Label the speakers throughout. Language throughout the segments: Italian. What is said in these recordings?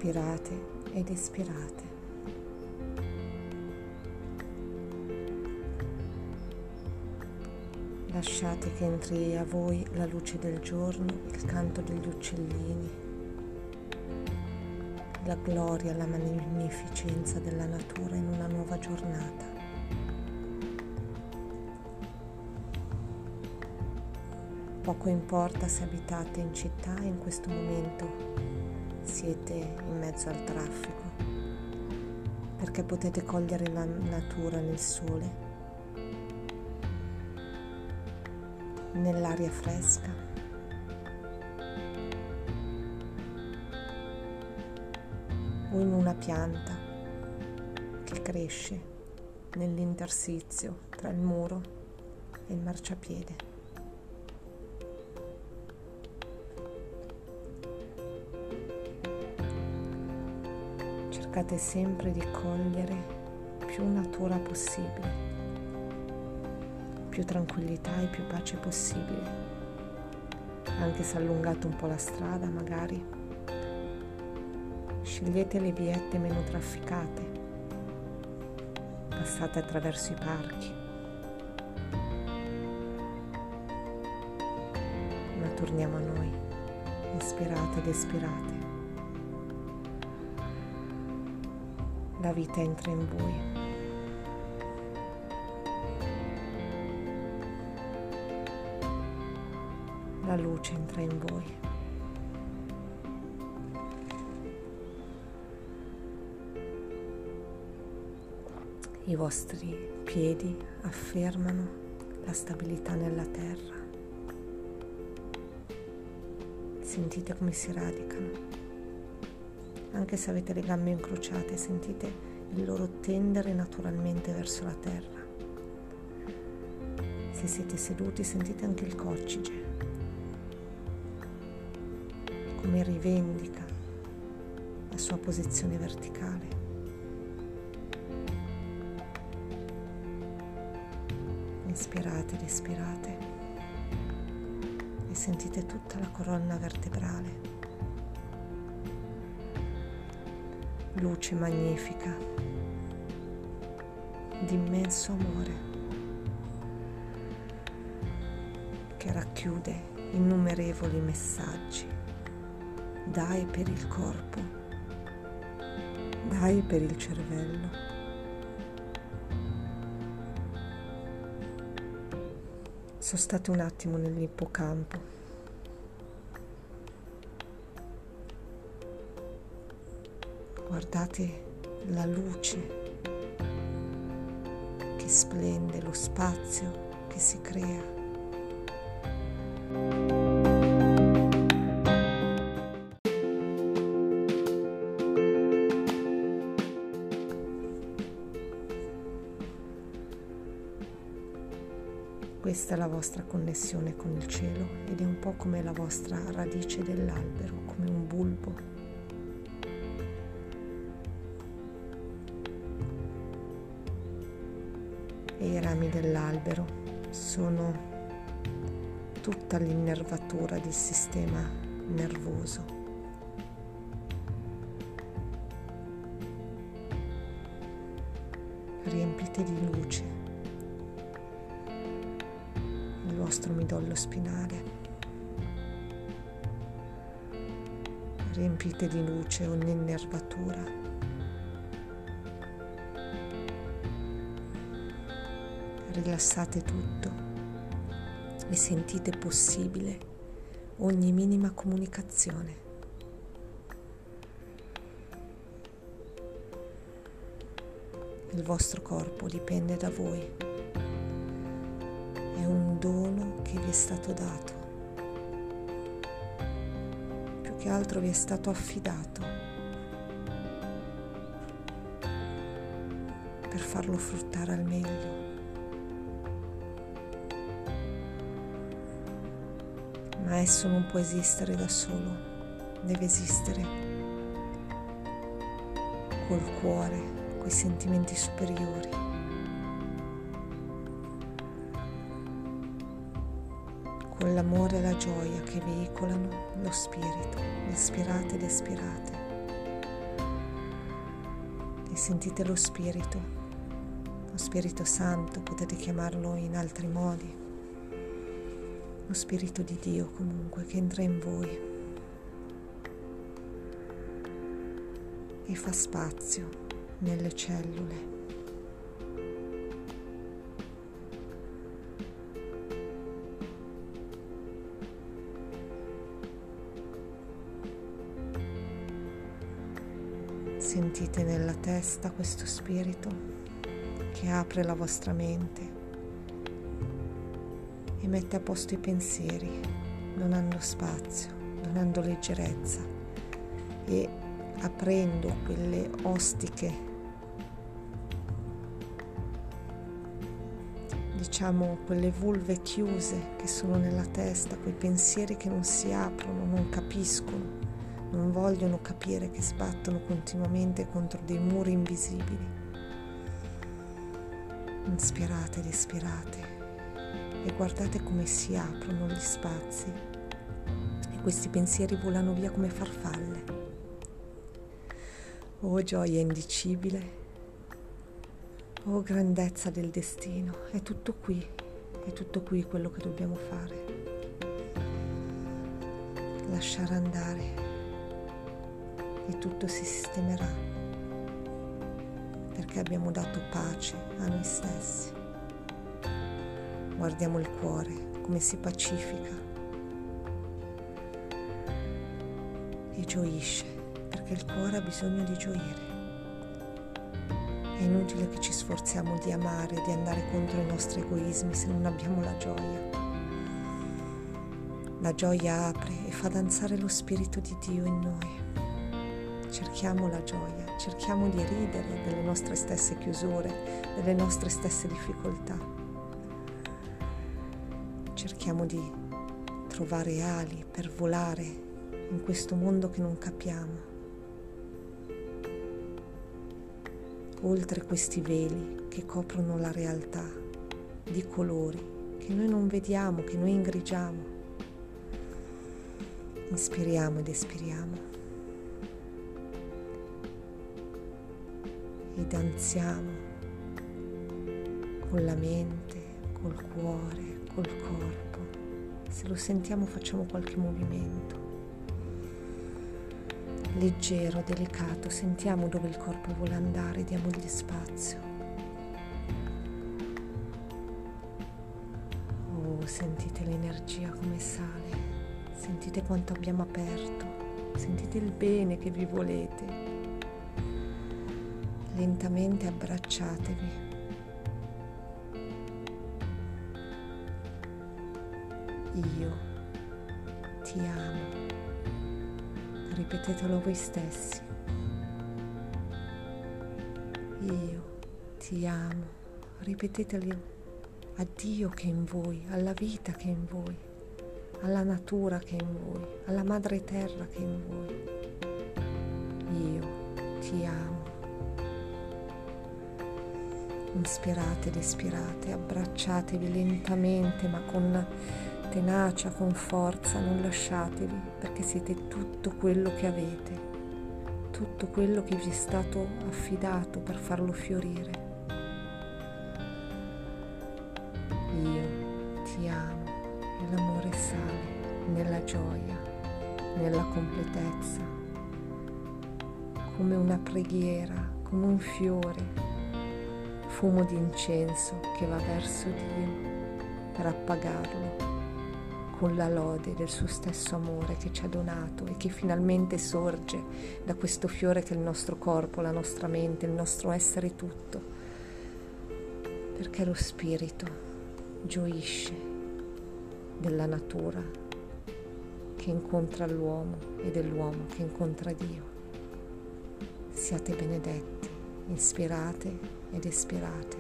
Speaker 1: Inspirate ed espirate. Lasciate che entri a voi la luce del giorno, il canto degli uccellini, la gloria, la magnificenza della natura in una nuova giornata. Poco importa se abitate in città e in questo momento siete in mezzo al traffico, perché potete cogliere la natura nel sole, nell'aria fresca, o in una pianta che cresce nell'intersizio tra il muro e il marciapiede. Cercate sempre di cogliere più natura possibile, più tranquillità e più pace possibile. Anche se allungate un po' la strada, magari scegliete le viette meno trafficate, passate attraverso i parchi, ma torniamo a noi. Inspirate ed espirate. La vita entra in voi. La luce entra in voi. I vostri piedi affermano la stabilità nella terra. Sentite come si radicano. Anche se avete le gambe incrociate, sentite il loro tendere naturalmente verso la terra. Se siete seduti, sentite anche il coccige, come rivendica la sua posizione verticale. Inspirate ed espirate e sentite tutta la colonna vertebrale. Luce magnifica di immenso amore che racchiude innumerevoli messaggi. Dai per il corpo, dai per il cervello. Sostate un attimo nell'ippocampo. Guardate la luce che splende, lo spazio che si crea. Questa è la vostra connessione con il cielo ed è un po' come la vostra radice dell'albero, come un bulbo. E i rami dell'albero sono tutta l'innervatura del sistema nervoso. Riempite di luce il vostro midollo spinale. Riempite di luce ogni innervatura. Rilassate tutto e sentite possibile ogni minima comunicazione. Il vostro corpo dipende da voi. È un dono che vi è stato dato. Più che altro vi è stato affidato per farlo fruttare al meglio. Ma esso non può esistere da solo, deve esistere col cuore, coi sentimenti superiori. Con l'amore e la gioia che veicolano lo spirito. Inspirate ed espirate. e sentite lo Spirito Santo, potete chiamarlo in altri modi, lo Spirito di Dio comunque che entra in voi e fa spazio nelle cellule. Sentite nella testa questo spirito che apre la vostra mente e mette a posto i pensieri, donando spazio, donando leggerezza e aprendo quelle ostiche, diciamo quelle vulve chiuse che sono nella testa, quei pensieri che non si aprono, non capiscono, non vogliono capire, che sbattono continuamente contro dei muri invisibili. Inspirate ed espirate e guardate come si aprono gli spazi e questi pensieri volano via come farfalle. Oh gioia indicibile, oh grandezza del destino, è tutto qui quello che dobbiamo fare. Lasciare andare e tutto si sistemerà, perché abbiamo dato pace a noi stessi. Guardiamo il cuore come si pacifica e gioisce, perché il cuore ha bisogno di gioire. È inutile che ci sforziamo di amare, di andare contro i nostri egoismi se non abbiamo la gioia. La gioia apre e fa danzare lo Spirito di Dio in noi. Cerchiamo la gioia, cerchiamo di ridere delle nostre stesse chiusure, delle nostre stesse difficoltà. Cerchiamo di trovare ali per volare in questo mondo che non capiamo. Oltre questi veli che coprono la realtà di colori che noi non vediamo, che noi ingrigiamo. Inspiriamo ed espiriamo. E danziamo con la mente, col cuore, col corpo. Se lo sentiamo facciamo qualche movimento leggero, delicato, sentiamo dove il corpo vuole andare, diamogli spazio. Oh, sentite l'energia come sale, sentite quanto abbiamo aperto, sentite il bene che vi volete. Lentamente abbracciatevi. Io ti amo. Ripetetelo voi stessi. Io ti amo. Ripetetelo a Dio che è in voi, alla vita che è in voi, alla natura che è in voi, alla madre terra che è in voi. Io ti amo. Inspirate ed espirate, abbracciatevi lentamente ma con tenacia, con forza, non lasciatevi, perché siete tutto quello che avete, tutto quello che vi è stato affidato per farlo fiorire. Io ti amo e l'amore sale nella gioia, nella completezza, come una preghiera, come un fiore, fumo di incenso che va verso Dio per appagarlo con la lode del suo stesso amore che ci ha donato e che finalmente sorge da questo fiore che è il nostro corpo, la nostra mente, il nostro essere tutto, perché lo spirito gioisce della natura che incontra l'uomo e dell'uomo che incontra Dio. Siate benedetti, inspirate ed espirate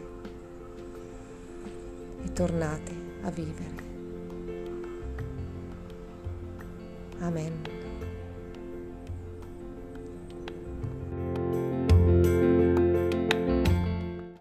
Speaker 1: e tornate a vivere. Amen.